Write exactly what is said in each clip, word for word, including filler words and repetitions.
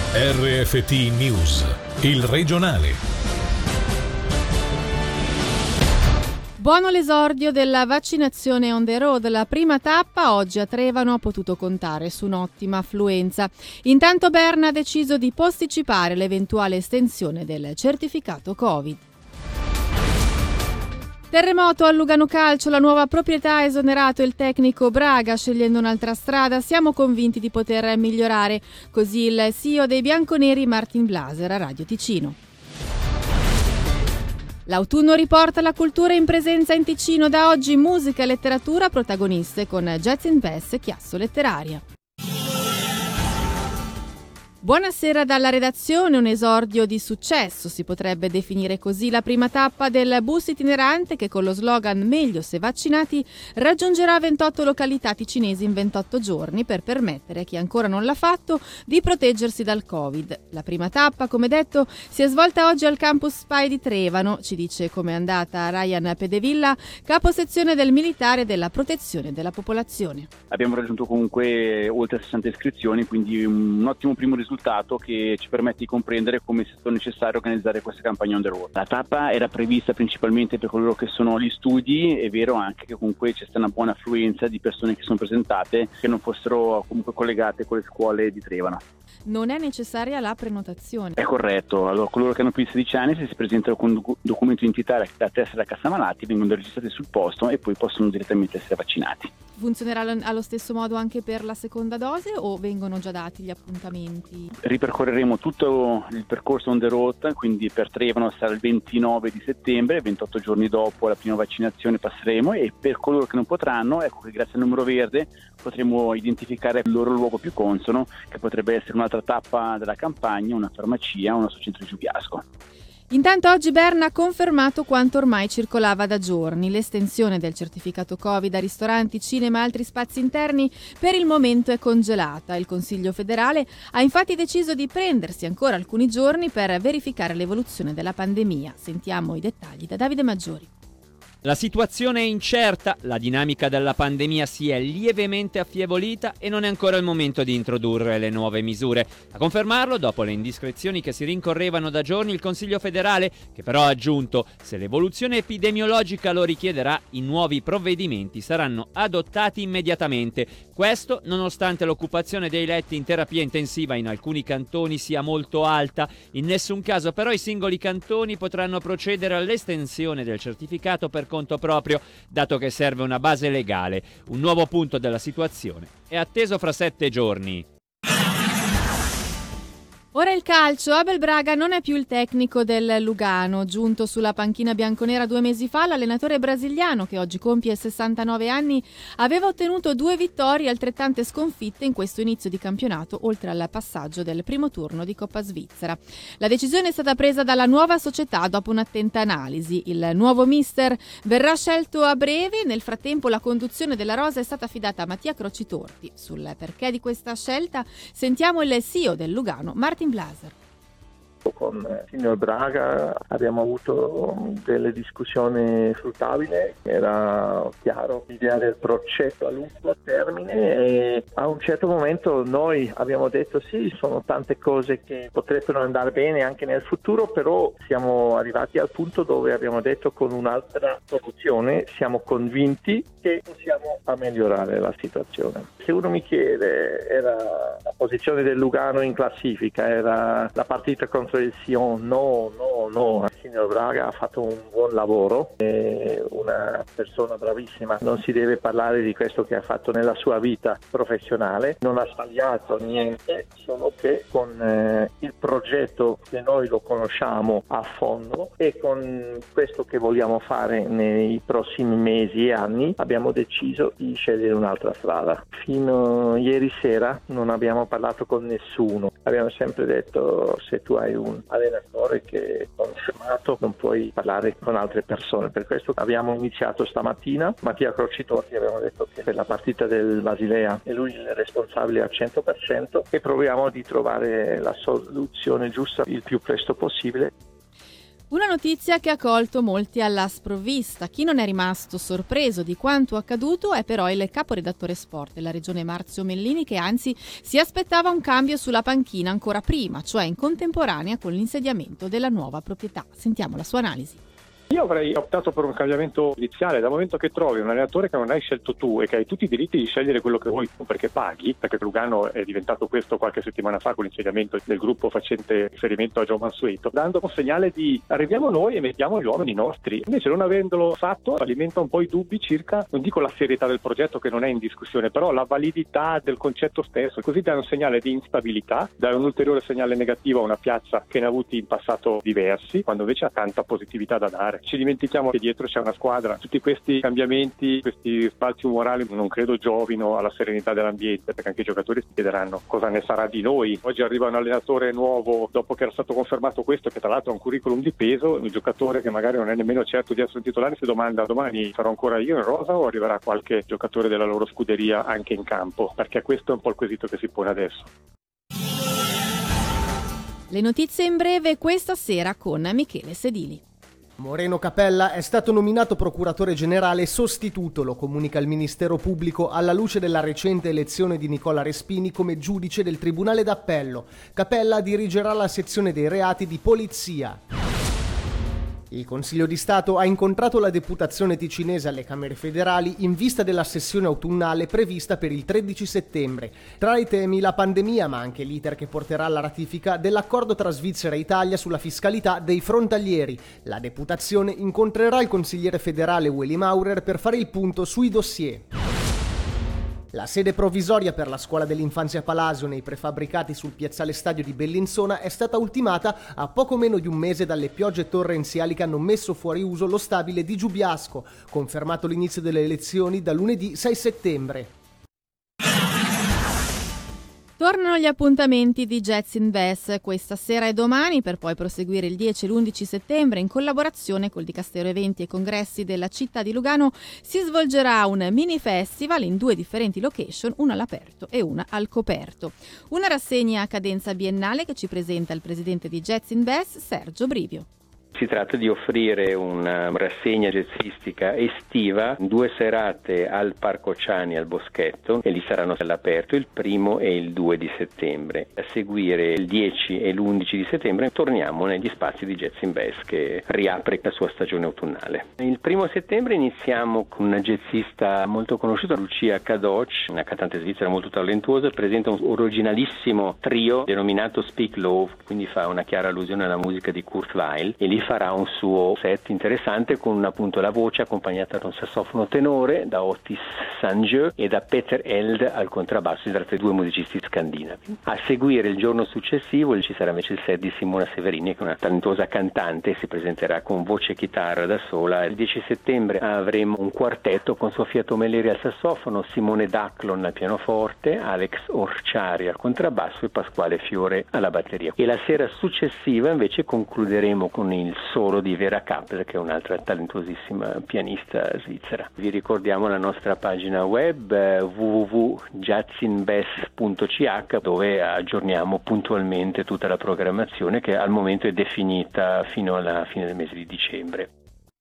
R F T News, il regionale. Buono l'esordio della vaccinazione on the road. La prima tappa oggi a Trevano ha potuto contare su un'ottima affluenza. Intanto Berna ha deciso di posticipare l'eventuale estensione del certificato Covid. Terremoto al Lugano Calcio, la nuova proprietà ha esonerato il tecnico Braga scegliendo un'altra strada. Siamo convinti di poter migliorare. Così il C E O dei bianconeri Martin Blaser a Radio Ticino. L'autunno riporta la cultura in presenza in Ticino. Da oggi musica e letteratura protagoniste con Jazz in Bass e Chiasso Letteraria. Buonasera dalla redazione, un esordio di successo, si potrebbe definire così la prima tappa del bus itinerante che con lo slogan "Meglio se vaccinati" raggiungerà ventotto località ticinesi in ventotto giorni per permettere a chi ancora non l'ha fatto di proteggersi dal Covid. La prima tappa, come detto, si è svolta oggi al campus Spy di Trevano, ci dice com'è andata Ryan Pedevilla, capo sezione del militare della protezione della popolazione. Abbiamo raggiunto comunque oltre sessanta iscrizioni, quindi un ottimo primo risultato che ci permette di comprendere come sia stato necessario organizzare questa campagna on the road. La tappa era prevista principalmente per coloro che sono gli studi, è vero anche che comunque c'è stata una buona affluenza di persone che sono presentate che non fossero comunque collegate con le scuole di Trevano. Non è necessaria la prenotazione. È corretto, allora coloro che hanno più di sedici anni, se si presentano con un documento identitario da tessera da cassa malati, vengono registrati sul posto e poi possono direttamente essere vaccinati. Funzionerà allo stesso modo anche per la seconda dose o vengono già dati gli appuntamenti? Ripercorreremo tutto il percorso on the road, quindi per Trevano sarà il ventinove di settembre, ventotto giorni dopo la prima vaccinazione passeremo, e per coloro che non potranno, ecco che grazie al numero verde potremo identificare il loro luogo più consono, che potrebbe essere un'altra tappa della campagna, una farmacia, una centro Giubiasco. Intanto oggi Berna ha confermato quanto ormai circolava da giorni. L'estensione del certificato Covid a ristoranti, cinema e altri spazi interni per il momento è congelata. Il Consiglio federale ha infatti deciso di prendersi ancora alcuni giorni per verificare l'evoluzione della pandemia. Sentiamo i dettagli da Davide Maggiori. La situazione è incerta, la dinamica della pandemia si è lievemente affievolita e non è ancora il momento di introdurre le nuove misure. A confermarlo, dopo le indiscrezioni che si rincorrevano da giorni, il Consiglio federale, che però ha aggiunto: se l'evoluzione epidemiologica lo richiederà, i nuovi provvedimenti saranno adottati immediatamente. Questo nonostante l'occupazione dei letti in terapia intensiva in alcuni cantoni sia molto alta. In nessun caso però i singoli cantoni potranno procedere all'estensione del certificato per conto proprio, dato che serve una base legale. Un nuovo punto della situazione è atteso fra sette giorni. Ora il calcio. Abel Braga non è più il tecnico del Lugano. Giunto sulla panchina bianconera due mesi fa, l'allenatore brasiliano, che oggi compie sessantanove anni, aveva ottenuto due vittorie e altrettante sconfitte in questo inizio di campionato, oltre al passaggio del primo turno di Coppa Svizzera. La decisione è stata presa dalla nuova società dopo un'attenta analisi. Il nuovo mister verrà scelto a breve. Nel frattempo la conduzione della rosa è stata affidata a Mattia Crocitorti. Sul perché di questa scelta sentiamo il C E O del Lugano, Martin Blaser. Con il signor Braga abbiamo avuto delle discussioni fruttabili, era chiaro l'idea del progetto a lungo termine e a un certo momento noi abbiamo detto sì, sono tante cose che potrebbero andare bene anche nel futuro, però siamo arrivati al punto dove abbiamo detto con un'altra soluzione siamo convinti che possiamo migliorare la situazione. Se uno mi chiede, era la posizione del Lugano in classifica, era la partita contro il Sion, no, no, no, il signor Braga ha fatto un buon lavoro, è una persona bravissima, non si deve parlare di questo che ha fatto nella sua vita professionale, non ha sbagliato niente, solo che con eh, il progetto che noi lo conosciamo a fondo e con questo che vogliamo fare nei prossimi mesi e anni abbiamo deciso di scegliere un'altra strada. Fino a ieri sera non abbiamo parlato con nessuno, abbiamo sempre detto se tu hai un allenatore che è confermato non puoi parlare con altre persone, per questo abbiamo iniziato stamattina. Mattia Crocitorti abbiamo detto che per la partita del Basilea è lui il responsabile al cento per cento e proviamo di trovare la soluzione giusta il più presto possibile. Una notizia che ha colto molti alla sprovvista. Chi non è rimasto sorpreso di quanto accaduto è però il caporedattore sport della regione Marzio Mellini, che anzi si aspettava un cambio sulla panchina ancora prima, cioè in contemporanea con l'insediamento della nuova proprietà. Sentiamo la sua analisi. Io avrei optato per un cambiamento iniziale, dal momento che trovi un allenatore che non hai scelto tu e che hai tutti i diritti di scegliere quello che vuoi tu perché paghi, perché Lugano è diventato questo qualche settimana fa con l'insediamento del gruppo facente riferimento a Joe Mansueto, dando un segnale di arriviamo noi e mettiamo gli uomini nostri. Invece non avendolo fatto alimenta un po' i dubbi circa, non dico la serietà del progetto che non è in discussione, però la validità del concetto stesso, così dà un segnale di instabilità, dà un ulteriore segnale negativo a una piazza che ne ha avuti in passato diversi, quando invece ha tanta positività da dare. Ci dimentichiamo che dietro c'è una squadra. Tutti questi cambiamenti, questi sbalzi umorali non credo giovino alla serenità dell'ambiente, perché anche i giocatori si chiederanno cosa ne sarà di noi. Oggi arriva un allenatore nuovo dopo che era stato confermato questo, che tra l'altro ha un curriculum di peso, un giocatore che magari non è nemmeno certo di essere un titolare, si domanda domani sarò ancora io in rosa o arriverà qualche giocatore della loro scuderia anche in campo, perché questo è un po' il quesito che si pone adesso. Le notizie in breve questa sera con Michele Sedili. Moreno Capella è stato nominato procuratore generale sostituto, lo comunica il Ministero Pubblico, alla luce della recente elezione di Nicola Respini come giudice del Tribunale d'Appello. Capella dirigerà la sezione dei reati di polizia. Il Consiglio di Stato ha incontrato la deputazione ticinese alle Camere federali in vista della sessione autunnale prevista per il tredici settembre. Tra i temi la pandemia, ma anche l'iter che porterà alla ratifica dell'accordo tra Svizzera e Italia sulla fiscalità dei frontalieri. La deputazione incontrerà il consigliere federale Willy Maurer per fare il punto sui dossier. La sede provvisoria per la scuola dell'infanzia Palasio nei prefabbricati sul piazzale Stadio di Bellinzona è stata ultimata a poco meno di un mese dalle piogge torrenziali che hanno messo fuori uso lo stabile di Giubiasco, confermato l'inizio delle lezioni da lunedì sei settembre. Tornano gli appuntamenti di Jazz in Bass questa sera e domani, per poi proseguire il dieci e l'undici settembre in collaborazione col Dicastero Eventi e Congressi della città di Lugano. Si svolgerà un mini festival in due differenti location, una all'aperto e una al coperto. Una rassegna a cadenza biennale che ci presenta il presidente di Jazz in Bass, Sergio Brivio. Si tratta di offrire una rassegna jazzistica estiva, due serate al Parco Ciani al Boschetto, e lì saranno all'aperto il primo e il due di settembre. A seguire il dieci e l'undici di settembre torniamo negli spazi di Jazz in Bass che riapre la sua stagione autunnale. Il primo settembre iniziamo con una jazzista molto conosciuta, Lucia Kadoc, una cantante svizzera molto talentuosa, presenta un originalissimo trio denominato Speak Love, quindi fa una chiara allusione alla musica di Kurt Weill, e lì farà un suo set interessante con appunto la voce accompagnata da un sassofono tenore da Otis Sanjö e da Peter Eld al contrabbasso. Si tratta di due musicisti scandinavi. A seguire il giorno successivo ci sarà invece il set di Simona Severini, che è una talentuosa cantante, si presenterà con voce e chitarra da sola. Il dieci settembre avremo un quartetto con Sofia Tomelleri al sassofono, Simone Daclon al pianoforte, Alex Orciari al contrabbasso e Pasquale Fiore alla batteria. E la sera successiva invece concluderemo con il solo di Vera Kappel, che è un'altra talentuosissima pianista svizzera. Vi ricordiamo la nostra pagina web w w w punto jazzinbass punto c h, dove aggiorniamo puntualmente tutta la programmazione che al momento è definita fino alla fine del mese di dicembre.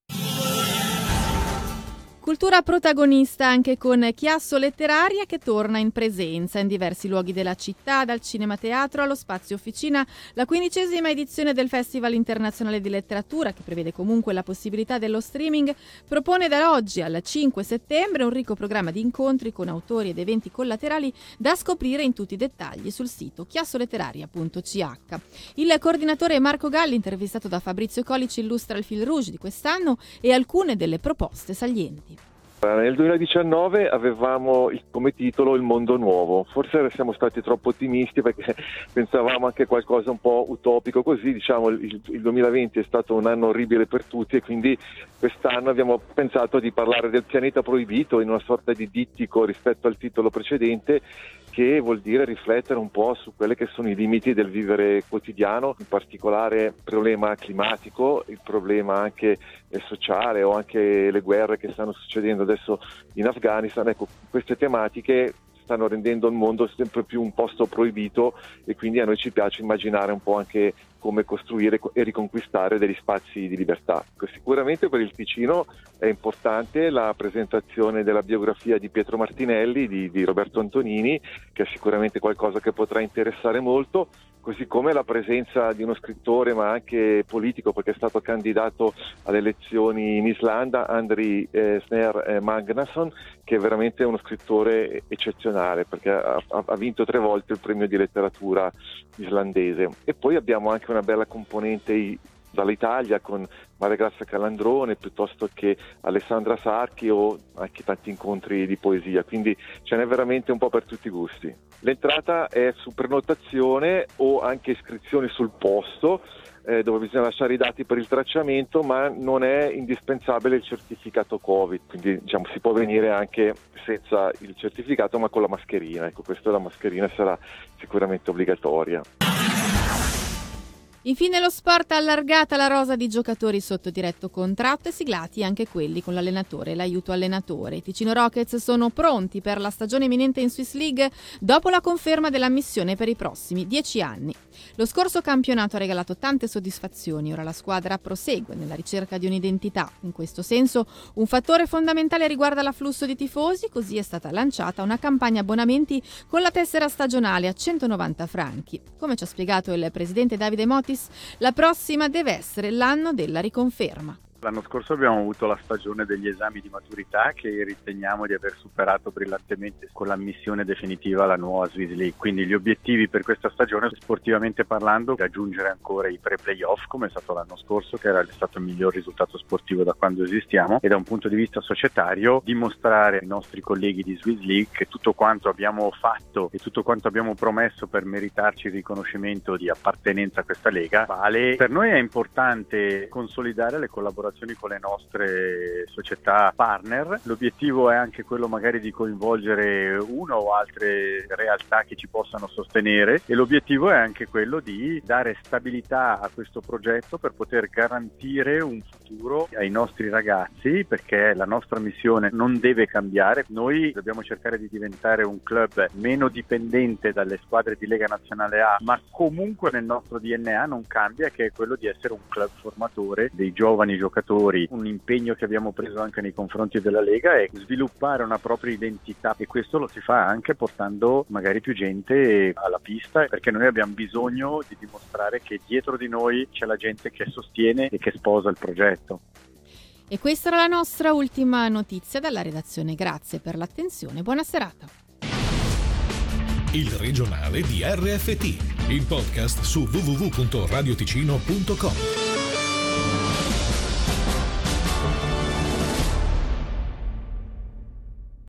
Cultura protagonista anche con Chiasso Letteraria, che torna in presenza in diversi luoghi della città, dal Cinema Teatro allo Spazio Officina. La quindicesima edizione del Festival Internazionale di Letteratura, che prevede comunque la possibilità dello streaming, propone da oggi al cinque settembre un ricco programma di incontri con autori ed eventi collaterali da scoprire in tutti i dettagli sul sito chiassoletteraria punto c h. Il coordinatore Marco Galli, intervistato da Fabrizio Colici, illustra il fil rouge di quest'anno e alcune delle proposte salienti. Nel duemiladiciannove avevamo come titolo Il mondo nuovo, forse siamo stati troppo ottimisti perché pensavamo anche a qualcosa un po' utopico così, diciamo il, il duemilaventi è stato un anno orribile per tutti e quindi quest'anno abbiamo pensato di parlare del pianeta proibito in una sorta di dittico rispetto al titolo precedente, che vuol dire riflettere un po' su quelli che sono i limiti del vivere quotidiano, in particolare il problema climatico, il problema anche sociale o anche le guerre che stanno succedendo adesso in Afghanistan. Ecco, queste tematiche stanno rendendo il mondo sempre più un posto proibito, e quindi a noi ci piace immaginare un po' anche come costruire e riconquistare degli spazi di libertà. Sicuramente per il Ticino è importante la presentazione della biografia di Pietro Martinelli, di, di Roberto Antonini, che è sicuramente qualcosa che potrà interessare molto, così come la presenza di uno scrittore ma anche politico, perché è stato candidato alle elezioni in Islanda, Andri eh, Sner eh, Magnason, che è veramente uno scrittore eccezionale, perché ha, ha vinto tre volte il premio di letteratura islandese. E poi abbiamo anche una bella componente dall'Italia con Maria Grazia Calandrone, piuttosto che Alessandra Sarchi, o anche tanti incontri di poesia, quindi ce n'è veramente un po' per tutti i gusti. L'entrata è su prenotazione o anche iscrizioni sul posto, eh, dove bisogna lasciare i dati per il tracciamento, ma non è indispensabile il certificato Covid, quindi diciamo si può venire anche senza il certificato ma con la mascherina. Ecco, questa la mascherina sarà sicuramente obbligatoria. Infine lo sport, allargata la rosa di giocatori sotto diretto contratto e siglati anche quelli con l'allenatore e l'aiuto allenatore. I Ticino Rockets sono pronti per la stagione imminente in Swiss League dopo la conferma dell'ammissione per i prossimi dieci anni. Lo scorso campionato ha regalato tante soddisfazioni, ora la squadra prosegue nella ricerca di un'identità. In questo senso un fattore fondamentale riguarda l'afflusso di tifosi, così è stata lanciata una campagna abbonamenti con la tessera stagionale a centonovanta franchi. Come ci ha spiegato il presidente Davide Motis, la prossima deve essere l'anno della riconferma. L'anno scorso abbiamo avuto la stagione degli esami di maturità che riteniamo di aver superato brillantemente con l'ammissione definitiva alla nuova Swiss League. Quindi gli obiettivi per questa stagione, sportivamente parlando, raggiungere ancora i pre-playoff come è stato l'anno scorso, che era stato il miglior risultato sportivo da quando esistiamo, e da un punto di vista societario dimostrare ai nostri colleghi di Swiss League che tutto quanto abbiamo fatto e tutto quanto abbiamo promesso per meritarci il riconoscimento di appartenenza a questa lega vale. Per noi è importante consolidare le collaborazioni con le nostre società partner. L'obiettivo è anche quello magari di coinvolgere una o altre realtà che ci possano sostenere, e l'obiettivo è anche quello di dare stabilità a questo progetto per poter garantire un futuro ai nostri ragazzi, perché la nostra missione non deve cambiare. Noi dobbiamo cercare di diventare un club meno dipendente dalle squadre di Lega Nazionale A, ma comunque nel nostro D N A non cambia, che è quello di essere un club formatore dei giovani giocatori. Un impegno che abbiamo preso anche nei confronti della Lega è sviluppare una propria identità, e questo lo si fa anche portando magari più gente alla pista, perché noi abbiamo bisogno di dimostrare che dietro di noi c'è la gente che sostiene e che sposa il progetto. E questa era la nostra ultima notizia dalla redazione. Grazie per l'attenzione, buona serata. Il regionale di R F T, il podcast su w w w punto radioticino punto com.